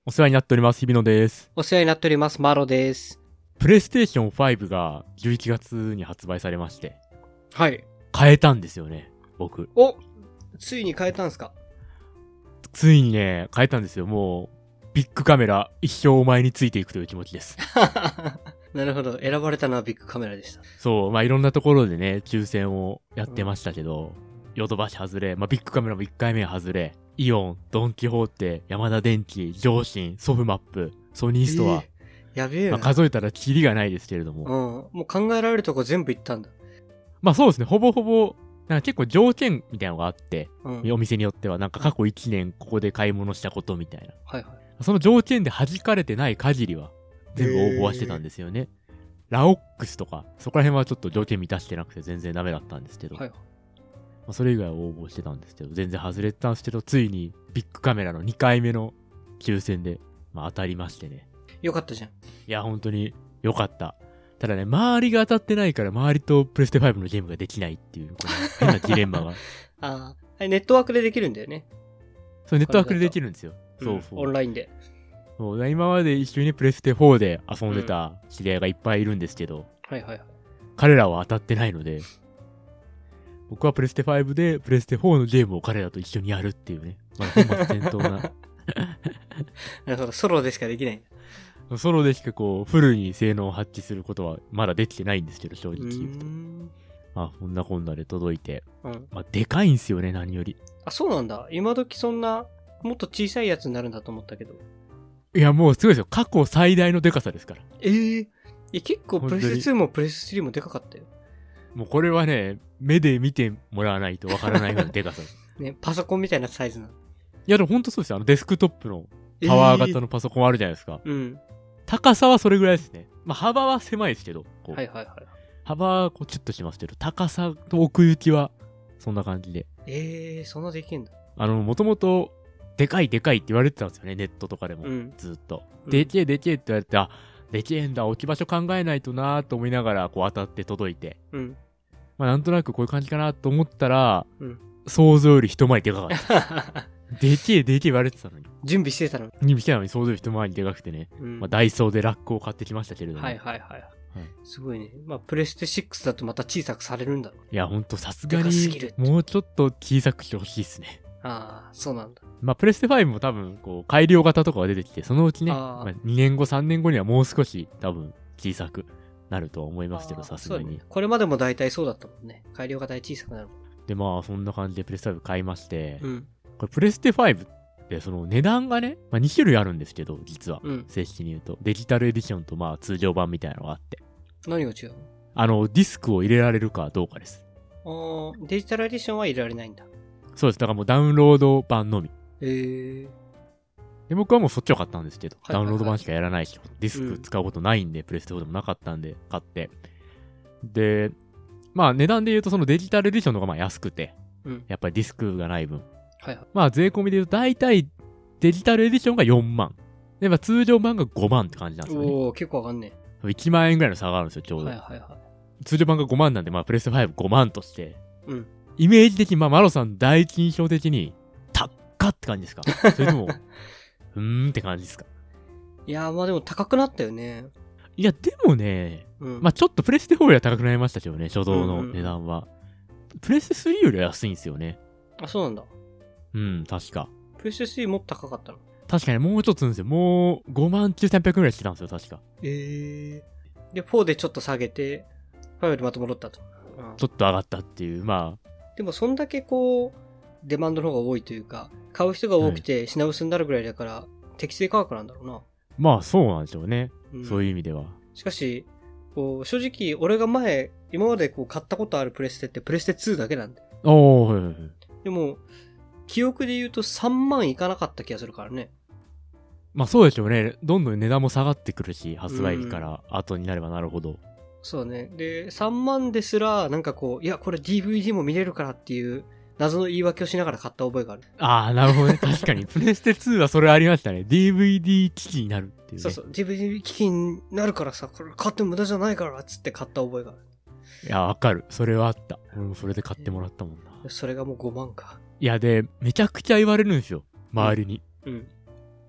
お世話になっております。日比野です。 お世話になっております。マロです。 プレイステーション5が11月に発売されまして。 はい。 変えたんですよね、僕。 お、ついに変えたんすか？ ついにね、変えたんですよ。もう、ビッグカメラ一生お前についていくという気持ちです。 なるほど。選ばれたのはビッグカメラでした。 そう、まあいろんなところでね、抽選をやってましたけど、ヨドバシ外れ、まあビッグカメラも1回目は外れ、イオン、ドンキホーテ、ヤマダ電機、上信、ソフマップ、ソニーストア。 やべえな。 まあ数えたらキリがないですけれども。 もう考えられるとこ全部行ったんだ。 まあそうですね、ほぼほぼ、なんか結構条件みたいなのがあって、 お店によってはなんか過去1年ここで買い物したことみたいな。 はいはい。 その条件で弾かれてない限りは、全部応募はしてたんですよね。ラオックスとか、そこら辺はちょっと条件満たしてなくて全然ダメだったんですけど。 はいはい。 それ以外は応募してたんですけど、全然外れてたんですけど、ついにビッグカメラの2回目の抽選で、当たりましてね。 よかったじゃん。 いや、本当に良かった。ただね、周りが当たってないから、周りとプレステ5のゲームができないっていう、この変なジレンマが。 ああ、ネットワークでできるんだよね。 そう、ネットワークでできるんですよ。そうそう。 オンラインで。 そう、今まで一緒にプレステ4で遊んでた知り合いがいっぱいいるんですけど、 はいはいはい。 彼らは当たってないので、僕はプレステ5でプレステ4のゲームを彼らと一緒にやるっていうね。本末転倒な。 なるほど、ソロでしかできない。 ソロでしかフルに性能を発揮することはまだできてないんですけど、正直言うと。こんなこんなで届いて。でかいんすよね、何より。 あ、そうなんだ。今時そんな、もっと小さいやつになるんだと思ったけど。 いや、もうすごいですよ。過去最大のでかさですから。 結構プレステ2もプレステ3もでかかったよ。 もうこれはね、目で見てもらわないとわからないぐらいのでかさ。 ね、パソコンみたいなサイズなの。 いや、でもほんとそうですよ。デスクトップのパワー型のパソコンあるじゃないですか。高さはそれぐらいですね。幅は狭いですけど。 はいはいはい。 幅はチュッとしますけど、高さと奥行きはそんな感じで。 そんなできんだ。 もともと、でかいでかいって言われてたんですよね、ネットとかでも。ずっと。でけえでけえって言われて、でけえんだ、置き場所考えないとなーと思いながら、当たって届いて。なんとなくこういう感じかなと思ったら、想像より一回りでかかった。でけえ言われてたのに。 準備してたのに。 準備してたのに想像より一回りでかくてね。ダイソーでラックを買ってきましたけれども。 はいはいはい。すごいね。プレステ6だとまた小さくされるんだろう。 いや、ほんとさすがに、もうちょっと小さくしてほしいっすね。 ああ、そうなんだ。 プレステ5も多分、改良型とかが出てきて、そのうちね、2年後、3年後にはもう少し、多分、小さくなるとは思いますけど、さすがに、 これまでも大体そうだったもんね。改良型で小さくなるもん。 で、そんな感じでプレステ5買いまして、これプレステ5って、その値段がね、2種類あるんですけど、実は。正式に言うと。デジタルエディションと通常版みたいなのがあって。 何が違うの？ディスクを入れられるかどうかです。 デジタルエディションは入れられないんだ。 そうです。だからもうダウンロード版のみ。 で、 僕はもうそっちを買ったんですけど、ダウンロード版しかやらないし、ディスク使うことないんで、プレステ4でもなかったんで、買って。で、値段で言うとそのデジタルエディションの方が安くて、やっぱりディスクがない分。税込みで言うと大体デジタルエディションが4万。で、通常版が5万って感じなんですよね。 結構上がんね。 1万円ぐらいの差があるんですよ、ちょうど。通常版が5万なんで、プレステ5万として。イメージ的に、マロさん第一印象的に、高って感じですか？それとも、って感じですか？ いやでも高くなったよね。 いや、でもね、ちょっとプレステ4よりは高くなりましたけどね、初動の値段は。プレステ3よりは安いんですよね。 あ、そうなんだ。 確か。 プレステ3もっと高かったの？ 確かにもうちょっとするんですよ。もう、59,800ぐらいしてたんですよ、確か。 で、4でちょっと下げて、5よりまた戻ったと。 ちょっと上がったっていう、 でもそんだけデマンドの方が多いというか、買う人が多くて品薄になるぐらいだから、適正価格なんだろうな。 そうなんでしょうね。そういう意味では。 しかし、正直、俺が今まで買ったことあるプレステってプレステ2だけなんだよ。でも、記憶で言うと3万いかなかった気がするからね。 そうでしょうね。どんどん値段も下がってくるし、発売日から後になればなるほど。 そうね。で、3万ですら、いや、これ DVD も見れるからっていう謎の言い訳をしながら買った覚えがある。 なるほどね。確かに。プレステ2はそれありましたね。DVD 機器になるっていう、ね。 そう。DVD 機器になるからさ、これ買っても無駄じゃないからつって買った覚えがある。 いや、わかる。それはあった。俺もそれで買ってもらったもんな。 それがもう5万か。 いや、で、めちゃくちゃ言われるんですよ。周りに。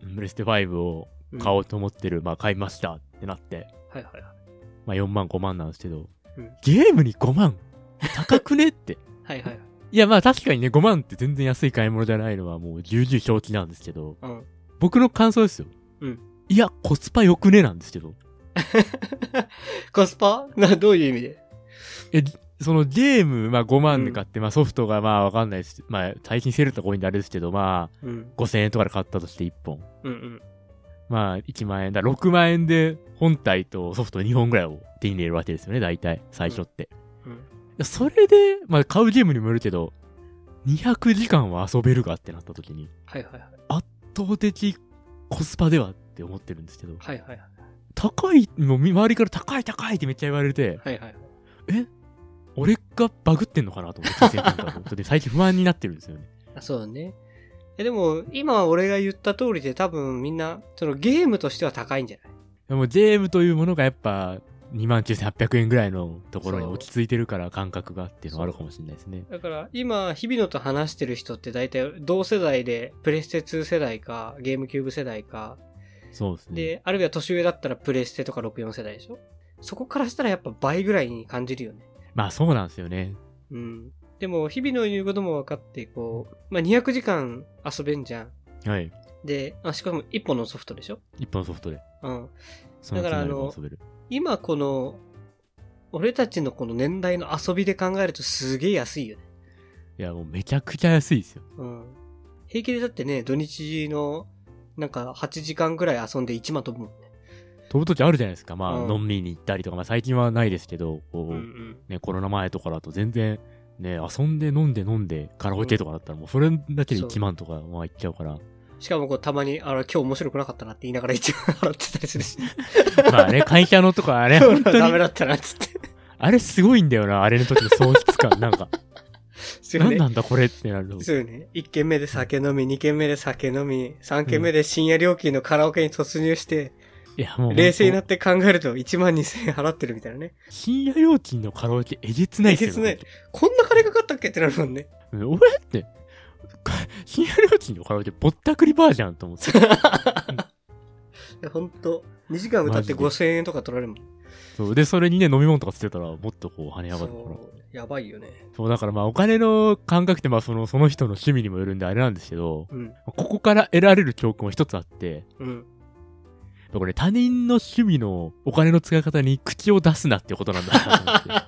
プレステ5を買おうと思ってる、まあ買いましたってなって。 はいはいはい。 まあ4万5万なんですけど、 うん、 ゲームに5万高くねって。 はいはい。 いやまあ確かにね5万って全然安い買い物じゃないのはもう重々承知なんですけど、 うん、 僕の感想ですよ。 うん。 いや、コスパ良くねなんですけど。 コスパどういう意味で？ そのゲーム、まあ5万で買って、まあソフトがまあわかんないです。まあ最近セールとか多いんであれですけど、まあ、5000円とかで買ったとして1本。 うんうん。 まあ1万円だ。6万円で本体とソフト2本ぐらいを手に入れるわけですよね、大体。最初って。それで、まあ買うゲームにもよるけど、200時間は遊べるがってなった時に、 はいはいはい。 圧倒的コスパではって思ってるんですけど、 はいはいはい。 高い、もう周りから高い高いってめっちゃ言われて、 はいはい。 俺がバグってんのかなと思って、で最近不安になってるんですよね。 そうだね。でも、今俺が言った通りで多分みんな、そのゲームとしては高いんじゃない？ でもゲームというものがやっぱ、29,800円ぐらいのところに落ち着いてるから感覚がっていうのはあるかもしれないですね。 だから今、日々野と話してる人って大体同世代でプレステ2世代かゲームキューブ世代か。 そうですね。 で、あるいは年上だったらプレステとか64世代でしょ？そこからしたらやっぱ倍ぐらいに感じるよね。 まあそうなんですよね。 うん。でも、日々の言うことも分かって、こう、まあ200時間遊べんじゃん。 はい。 で、しかも1本のソフトでしょ？ 1本のソフトで。 うん。 だから今この、俺たちのこの年代の遊びで考えるとすげえ安いよね。 いや、もうめちゃくちゃ安いですよ。 うん。平気でだってね、土日の、なんか8時間ぐらい遊んで1万飛ぶもんね。 飛ぶときあるじゃないですか。まあ、飲みに行ったりとか、まあ最近はないですけど、こう、ね、コロナ前とかだと全然、ね、遊んで飲んで、カラオケとかだったらもうそれだけで1万とか、まあ行っちゃうから。 しかもこうたまに、今日面白くなかったなって言いながら1万払ってたりするし。 まあね、会社のとかあれ、本当に。 ダメだったなっつって。 あれすごいんだよな、あれの時の喪失感。なんか。何なんだこれってなるの。 そうよね。1軒目で酒飲み、2軒目で酒飲み、3軒目で深夜料金のカラオケに突入して、 いやもう冷静になって考えると12,000円払ってるみたいなね。 深夜料金のカラオケえげつないっすよ。えげつない。 こんな金かかったっけってなるもんね。 俺って、深夜料金のカラオケぼったくりバーじゃんと思って。 ほんと、2時間歌って5,000円とか取られるもん。 そう。で、それにね、飲み物とかつってたら、もっとこう、跳ね上がるから。 やばいよね。 そう、だからまあ、お金の感覚ってまあ、その人の趣味にもよるんであれなんですけど、ここから得られる教訓は一つあって、これ他人の趣味のお金の使い方に口を出すなってことなんだなと思って。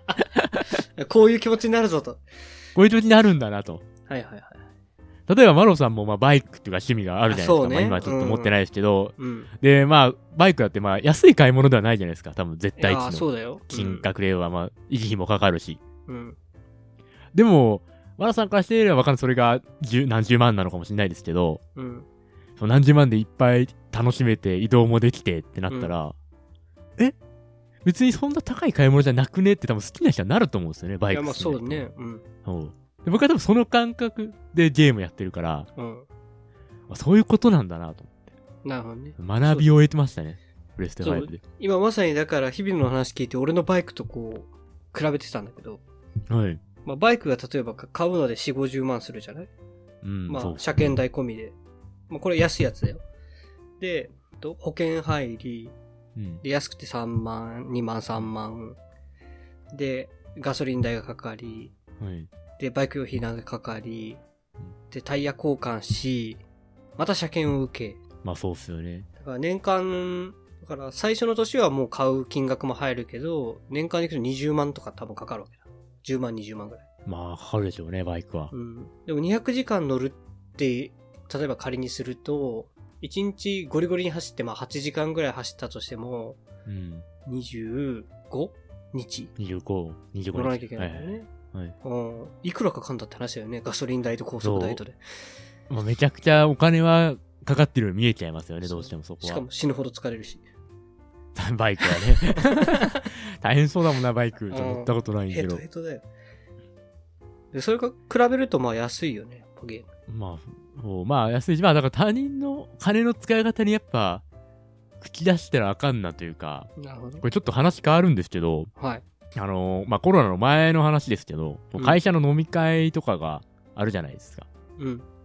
こういう気持ちになるぞと。 こういう気持ちになるんだなと。 はいはいはい。 例えばマロさんもまあバイクっていうか趣味があるじゃないですか。ね、まあ今ちょっと持ってないですけど、で、まあ、バイクだってまあ安い買い物ではないじゃないですか。多分絶対値の金額ではまあ、維持費もかかるし。でも、マロさんからしてみればわかんない。それが何十万なのかもしれないですけど、その何十万でいっぱい楽しめて移動もできてってなったら、別にそんな高い買い物じゃなくねって多分好きな人はなると思うんですよね、バイク。 いやまあそうね。 で僕は多分その感覚でゲームやってるから、そういうことなんだなと思って。 なるほどね。 学びを得てましたね、プレステ5で。 今まさにだから日々の話聞いて俺のバイクとこう、比べてたんだけど、 はい。 まあバイクが例えば買うので4、50万するじゃない？まあ車検代込みで。まあこれ安いやつだよ。で、保険入り、で安くて3万、2万、3万。で、ガソリン代がかかり、で、バイク用品がかかり、で、タイヤ交換し、また車検を受け。 まあそうっすよね。 だから年間、だから最初の年はもう買う金額も入るけど、年間でいくと20万とか多分かかるわけだ。10万、20万ぐらい。 まあかかるでしょうね、バイクは。 でも200時間乗るって、例えば仮にすると、1日ゴリゴリに走って、まあ8時間ぐらい走ったとしても、25日 ?25 日。 乗らなきゃいけないんだよね。いくらかかんだって話だよね。ガソリン代と高速代とで。 まあ、めちゃくちゃお金はかかってるように見えちゃいますよね、どうしてもそこは。 しかも死ぬほど疲れるし。 バイクはね。大変そうだもんな、バイク。乗ったことないんだけど。 ヘトだよ。で、それが比べるとまあ安いよね、ゲーム。まあ安いし、まあだから他人の金の使い方にやっぱ、口出したらあかんなというか、 なるほど。 これちょっと話変わるんですけど、 はい。 まあコロナの前の話ですけど、会社の飲み会とかがあるじゃないですか。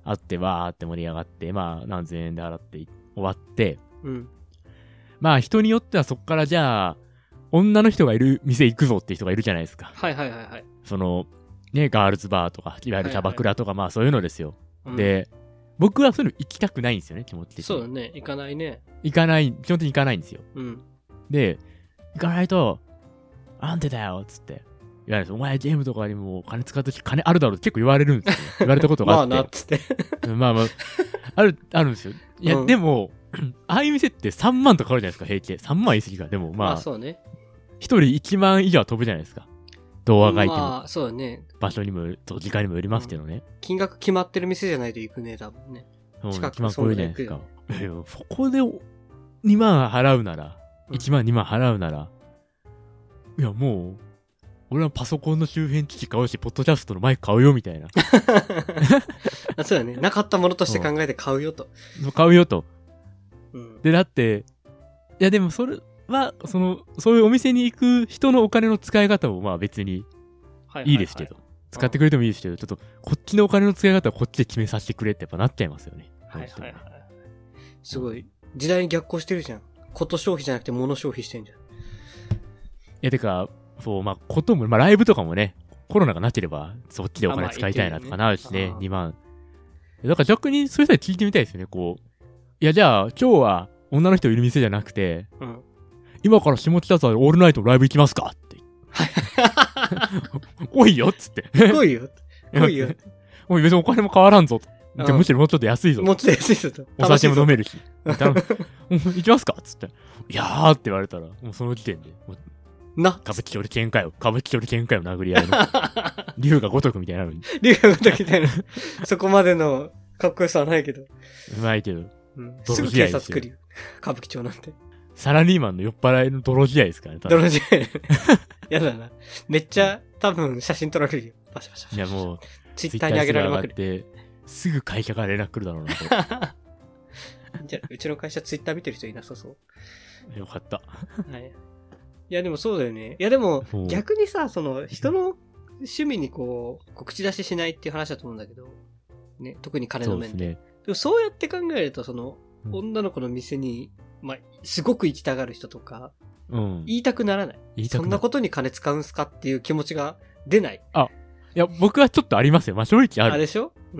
会ってわーって盛り上がって、まあ何千円で払って終わって、 うん。 まあ人によってはそっからじゃあ、女の人がいる店行くぞって人がいるじゃないですか。 はいはいはいはい。 その、ね、ガールズバーとか、いわゆるキャバクラとか、まあそういうのですよ。 うん、 で、僕はそういうの行きたくないんですよね、気持ち的に。 そうだね。行かないね。 基本的に行かないんですよ。 うん。 で、行かないと、なんでだよ、つって。言われるんです。お前ゲームとかにも金使ったし、金あるだろうって結構言われるんですよ。言われたことがあって。 まあな、つって。 まあまあ、あるんですよ。いや、でも、ああいう店って3万とかかるじゃないですか、平均。3万言い過ぎか。でもまあ、 そうね。 1人1万以上は飛ぶじゃないですか。動画がいても。 まあ、そうだね。 場所にも、時間にもよりますけどね。 金額決まってる店じゃないと行くね、多分ね。 近く超えるじゃないですか。そこで2万払うなら、1万2万払うなら、いやもう、俺はパソコンの周辺機器買うし、ポッドキャストのマイク買うよ、みたいな。 そうだね。なかったものとして考えて買うよと。 買うよと。 うん、 で、だって、いやでもそれは、そういうお店に行く人のお金の使い方もまあ別にいいですけど。使ってくれてもいいですけど、ちょっとこっちのお金の使い方はこっちで決めさせてくれってやっぱなっちゃいますよね。 はいはいはい。すごい。時代に逆行してるじゃん。こと消費じゃなくて物消費してんじゃん。いや、てか、そう、まあ、ことも、まあ、ライブとかもね、コロナがなければ、そっちでお金使いたいなとかなるしね、2万。だから逆に、そういう人に聞いてみたいですよね、こう。いや、じゃあ、今日は女の人いる店じゃなくて、今から下北沢でオールナイトライブ行きますかって。来いよっつって。 来いよ。来いよ。 もう別にお金も変わらんぞと。むしろもうちょっと安いぞ。 もうちょっと安いぞと。 お酒も飲めるし。行きますかっつって。いやーって言われたら、もうその時点で。歌舞伎町で喧嘩よ。歌舞伎町で喧嘩よ、殴り合いの。竜が如くみたいなのに。 竜が如くみたいな。そこまでのかっこよさはないけど。 うまいけど。 すぐ警察来るよ。歌舞伎町なんて。 サラリーマンの酔っ払いの泥試合ですからね。 泥試合。やだな。めっちゃ多分写真撮られるよ。バシャバシャ。 いやもう、 ツイッターに上げられまくる。 すぐ会社から連絡来るだろうな。 じゃあ、うちの会社ツイッター見てる人いなさそう。 よかった。 はい。いやでもそうだよね。いやでも逆にさ、人の趣味にこう、口出ししないっていう話だと思うんだけど、ね、特に金の面で。でもそうやって考えると、女の子の店に、まあ、すごく行きたがる人とか、言いたくならない。そんなことに金使うんすかっていう気持ちが出ない。 いや、僕はちょっとありますよ。まあ、正直ある。 でしょ？うん。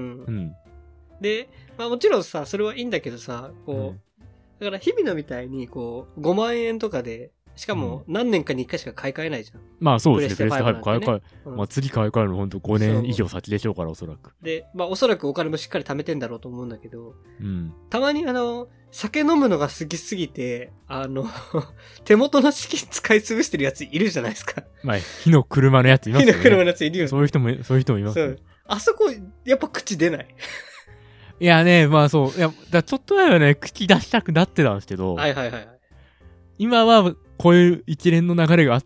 で、まあもちろんさ、それはいいんだけどさ、だから日々のみたいに、5万円とかで、しかも何年かに1回しか買い替えないじゃん。 まあそうですね。プレステ5買い替え。まあ次買い替えるのほんと5年以上先でしょうから、おそらく。 で、まあおそらくお金もしっかり貯めてんだろうと思うんだけど、たまに酒飲むのが好きすぎて、手元の資金使い潰してるやついるじゃないですか。 まあ、火の車のやついますよね。 火の車のやついるよね。 そういう人もいますよ。 あそこ、やっぱ口出ない。 いやね、まあそう。いや、ちょっと前はね、口出したくなってたんですけど、 はいはいはい。 今は、こういう一連の流れがあって、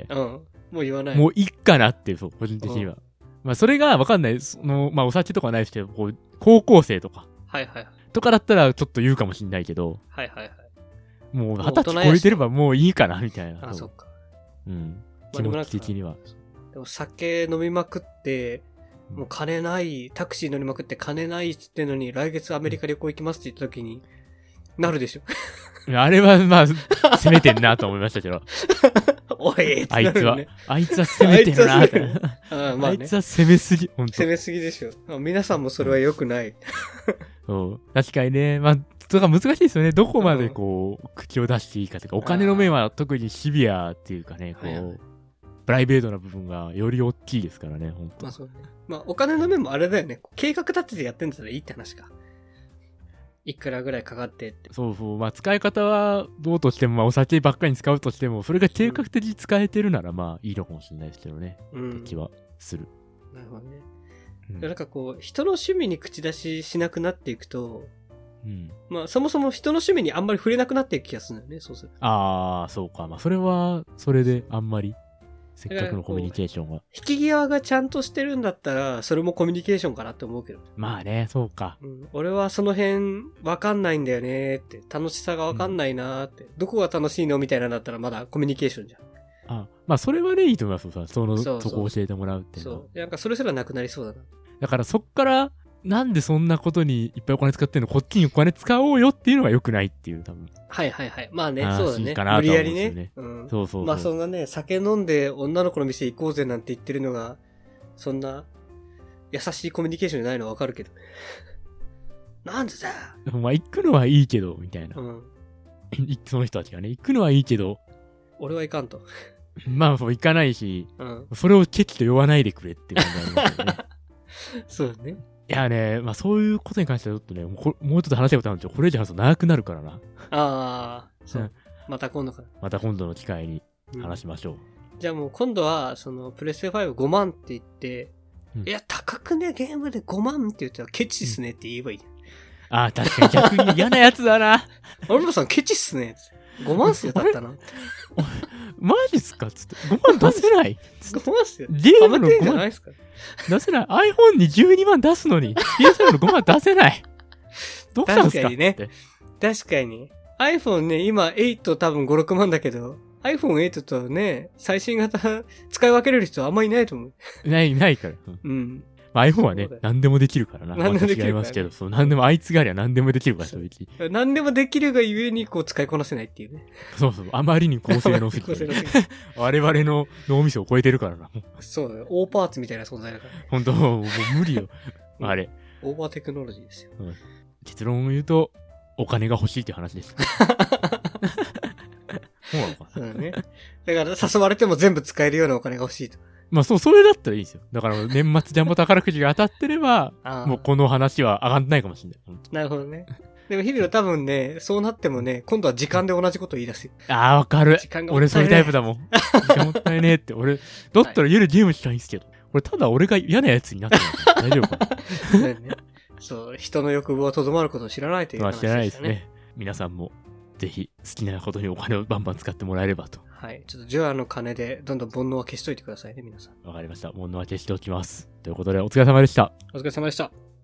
もう言わない。 もういいかなっていう、そう、個人的には。まあそれがわかんない。まあお酒とかないですけど、高校生とか。 はいはいはい。 とかだったらちょっと言うかもしんないけど、 はいはいはい。 もう20歳超えてればもういいかな、みたいな。 そっか。 気持ち的には。 でも酒飲みまくって、もう金ない、タクシー乗りまくって金ないっつってのに、来月アメリカ旅行行きますって言った時に、なるでしょ。 あれはまあ、攻めてんなと思いましたけど。 おいってなるよね。 あいつは攻めてるなって。 あいつは攻めすぎ、本当。 攻めすぎでしょ。皆さんもそれは良くない。 確かにね。まあ、それが難しいですよね。どこまで口を出していいかというか、お金の面は特にシビアっていうかね、プライベートな部分がより大きいですからね、本当。 まあそうね。まあお金の面もあれだよね。計画立ててやってんだったらいいって話か。いくらぐらいかかってって。 そうそう。まあ使い方はどうとしても、まあお酒ばっかりに使うとしても、それが計画的に使えてるならまあいいのかもしれないですけどね。気はする。 なるほどね。なんか人の趣味に口出ししなくなっていくと、まあそもそも人の趣味にあんまり触れなくなっていく気がするんだよね、そうする。 そうか。まあそれは、それであんまり。せっかくのコミュニケーションが。 引き際がちゃんとしてるんだったら、それもコミュニケーションかなって思うけど。 まあね、そうか。 俺はその辺わかんないんだよねって、楽しさがわかんないなーって、どこが楽しいのみたいなんだったらまだコミュニケーションじゃん。 まあそれはね、いいと思います。そこを教えてもらうっていうのは。 なんかそれすらなくなりそうだな。 だからそっから、 なんでそんなことにいっぱいお金使ってんの、こっちにお金使おうよっていうのが良くないっていう、多分。 はいはいはい。まあね、そうだね。 無理やりね。 うん。そうそうそう。 まあそんなね、酒飲んで女の子の店行こうぜなんて言ってるのが、そんな優しいコミュニケーションじゃないのはわかるけど。なんでだよ。 まあ行くのはいいけど、みたいな。 うん。 その人たちがね、行くのはいいけど。 俺は行かんと。 まあ、行かないし、 うん。 それをケチと呼ばないでくれって感じありますよね。 そうね。 いやね、まあそういうことに関してはちょっとね、もうちょっと話したいことあるんですよ。これ以上話すと長くなるからな。 ああ、そう。また今度から。 また今度の機会に話しましょう。 じゃあもう今度は、その、プレステ5万って言って、いや、高くね、ゲームで5万って言ったらケチっすねって言えばいい。 ああ、確かに逆に嫌なやつだな。 アルバさんケチっすね。5万っすよ、だったな。 マジっすかつって。5万出せない ?5 万っすよ。 ゲームの5万出せない。iPhone に12万出すのに、PS4 の5万出せない。どうしたんですか？ 確かにね。確かに。iPhone ね、今8多分5、6万だけど、iPhone 8とね、最新型使い分けれる人はあんまりいないと思う。 ないから。 うん。 まあ、iPhone はね、何でもできるからな。 何でもできるから、ね。 違いますけど、そう、何でもあいつがありゃ何でもできるから、正直。 何でもできるがゆえに、こう、使いこなせないっていうね。 そうそう、あまりに高性能すぎて。我々の脳みそを超えてるからな。 そうだよ。大パーツみたいな存在だから。 本当もう無理よ。あれ。 オーバーテクノロジーですよ。 うん、結論を言うと、お金が欲しいっていう話です。そうなのか。 そうだね。だから誘われても全部使えるようなお金が欲しいと。 まあそう、それだったらいいですよ。だから年末ジャンボ宝くじが当たってれば、もうこの話は上がんないかもしれない。 なるほどね。でも日々は多分ね、そうなってもね、今度は時間で同じことを言い出すよ。 ああ、わかる。俺そういうタイプだもん。時間もったいねえって。俺、だったら夜ゲームしたいんすけど。これただ俺が嫌なやつになってる。大丈夫かなそう、人の欲望はとどまることを知らないという話ですね。 まあ知らないですね。皆さんも、ぜひ好きなことにお金をバンバン使ってもらえればと。 はい。ちょっとジュアの金でどんどん煩悩は消しといてくださいね、皆さん。 わかりました。煩悩は消しておきます。ということで、お疲れ様でした。 お疲れ様でした。